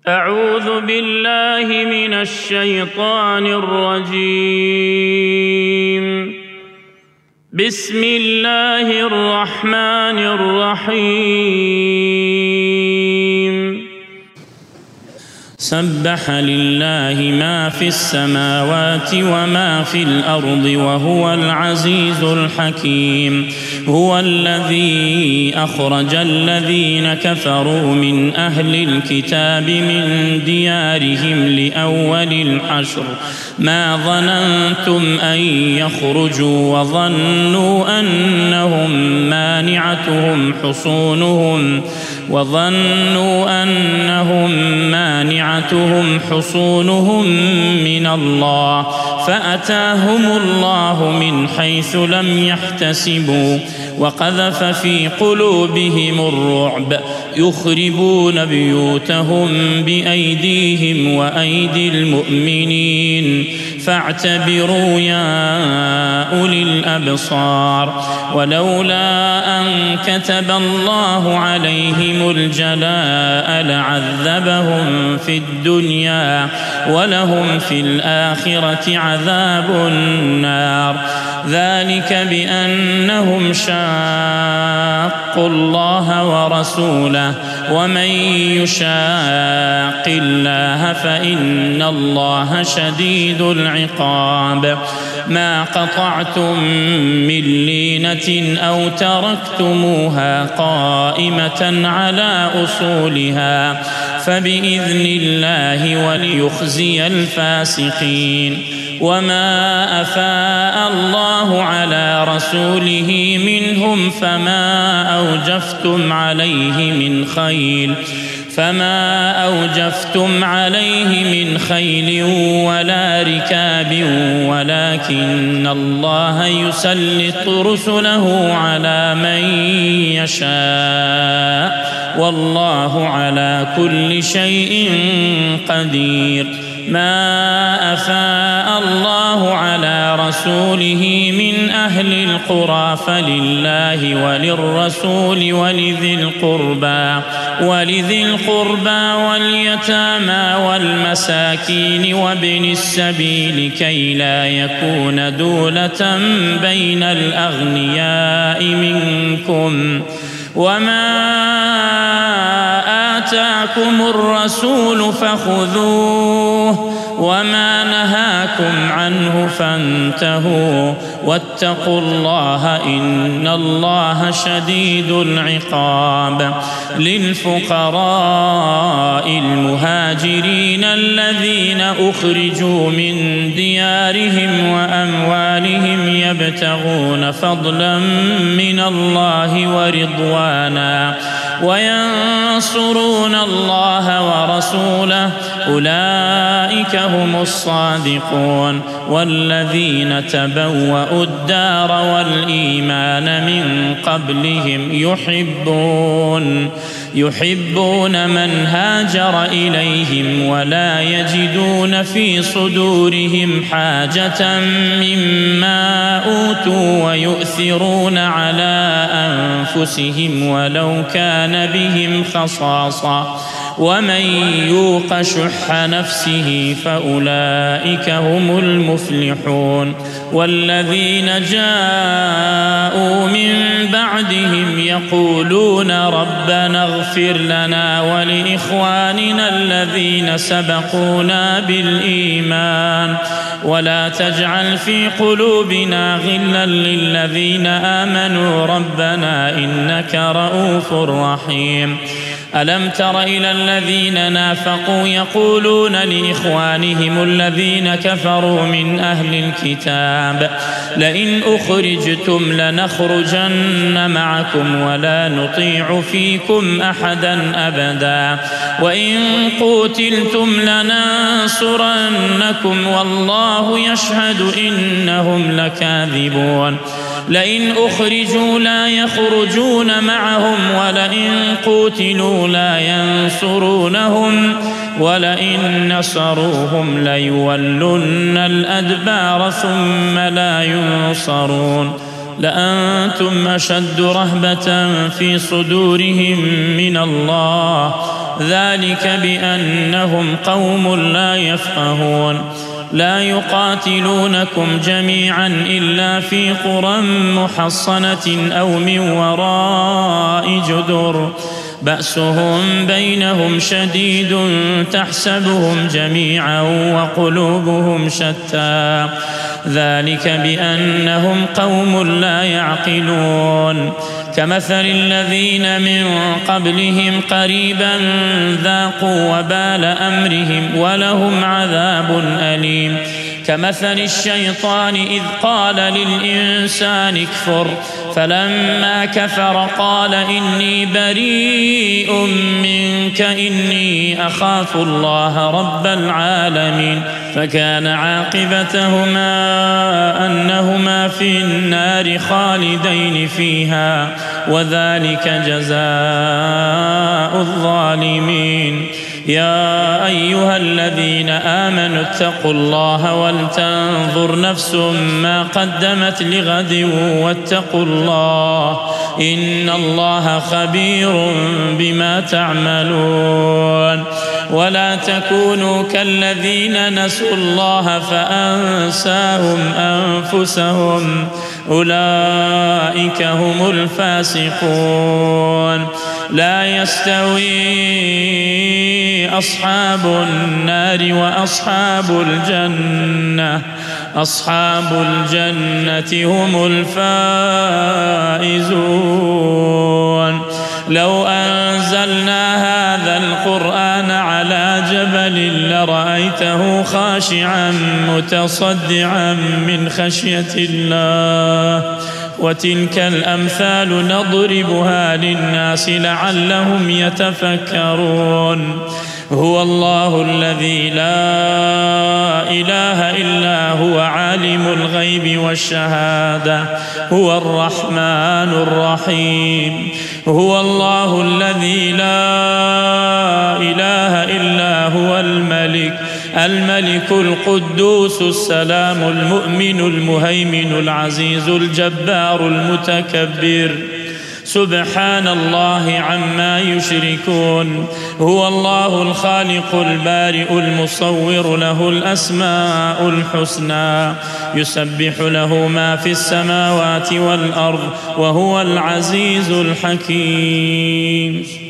أعوذ بالله من الشيطان الرجيم. بسم الله الرحمن الرحيم. سبح لله ما في السماوات وما في الأرض وهو العزيز الحكيم. هو الذي أخرج الذين كفروا من أهل الكتاب من ديارهم لأول الحشر ما ظننتم أن يخرجوا وظنوا أنهم مانعتهم حصونهم من الله فأتاهم الله من حيث لم يحتسبوا وقذف في قلوبهم الرعب يخربون بيوتهم بأيديهم وأيدي المؤمنين فاعتبروا يا أولي الأبصار. ولولا أن كتب الله عليهم الجلاء لعذبهم في الدنيا ولهم في الآخرة عذاب النار. ذلك بأنهم شاقوا الله ورسوله ومن يشاق الله فإن الله شديد العقاب. ما قطعتم من لينة أو تركتموها قائمة على أصولها فبإذن الله وليخزي الفاسقين. وما أفاء الله على رسوله منهم فما أوجفتم عليه من خيل ولا ركاب ولكن الله يسلط رسله على من يشاء والله على كل شيء قدير. ما أفاء الله على رسوله من أهل القرى فلله وللرسول ولذي القربى واليتامى والمساكين وابن السبيل كي لا يكون دولة بين الأغنياء منكم. وما آتاكم الرسول فخذوه وما نهاكم عنه فانتهوا واتقوا الله إن الله شديد العقاب. للفقراء المهاجرين الذين أخرجوا من ديارهم وأموالهم يبتغون فضلا من الله ورضوانا وينصرون الله ورسوله أولئك هم الصادقون. والذين تبوأوا الدار والإيمان من قبلهم يحبون من هاجر إليهم ولا يجدون في صدورهم حاجة مما أوتوا ويؤثرون على أنفسهم ولو كان بهم خصاصة ومن يوق شح نفسه فأولئك هم المفلحون. والذين جاءوا من بعدهم يقولون ربنا اغفر لنا ولإخواننا الذين سبقونا بالإيمان ولا تجعل في قلوبنا غلا للذين آمنوا ربنا إنك رؤوف رحيم. ألم تر إلى الذين نافقوا يقولون لإخوانهم الذين كفروا من أهل الكتاب لئن أخرجتم لنخرجن معكم ولا نطيع فيكم أحدا أبدا وإن قوتلتم لننصرنكم والله يشهد إنهم لكاذبون. لئن أخرجوا لا يخرجون معهم ولئن قوتلوا لا ينصرونهم ولئن نصروهم ليولن الأدبار ثم لا ينصرون. لأنتم أشد رهبة في صدورهم من الله ذلك بأنهم قوم لا يفقهون لا يقاتلونكم جميعا إلا في قرى محصنة أو من وراء جدر بأسهم بينهم شديد تحسبهم جميعا وقلوبهم شتى ذلك بأنهم قوم لا يعقلون كمثل الذين من قبلهم قريبا ذاقوا وبال أمرهم ولهم عذاب أليم كمثل الشيطان إذ قال للإنسان اكفر فلما كفر قال إني بريء منك إني أخاف الله رب العالمين فكان عاقبتهما أنهما في النار خالدين فيها وذلك جزاء الظالمين يا أيها الذين آمنوا اتقوا الله ولتنظر نفس ما قدمت لغد واتقوا الله إن الله خبير بما تعملون ولا تكونوا كالذين نسوا الله فأنساهم أنفسهم أولئك هم الفاسقون لا يستوي أصحاب النار وأصحاب الجنة أصحاب الجنة هم الفائزون لو أنزلنا هذا القرآن على جبل لرأيته خاشعا متصدعا من خشية الله وتلك الأمثال نضربها للناس لعلهم يتفكرون هو الله الذي لا إله إلا هو عالم الغيب والشهادة هو الرحمن الرحيم هو الله الذي لا إله إلا هو الملك القدوس السلام المؤمن المهيمن العزيز الجبار المتكبر سبحان الله عما يشركون هو الله الخالق البارئ المصور له الأسماء الحسنى يسبح له ما في السماوات والأرض وهو العزيز الحكيم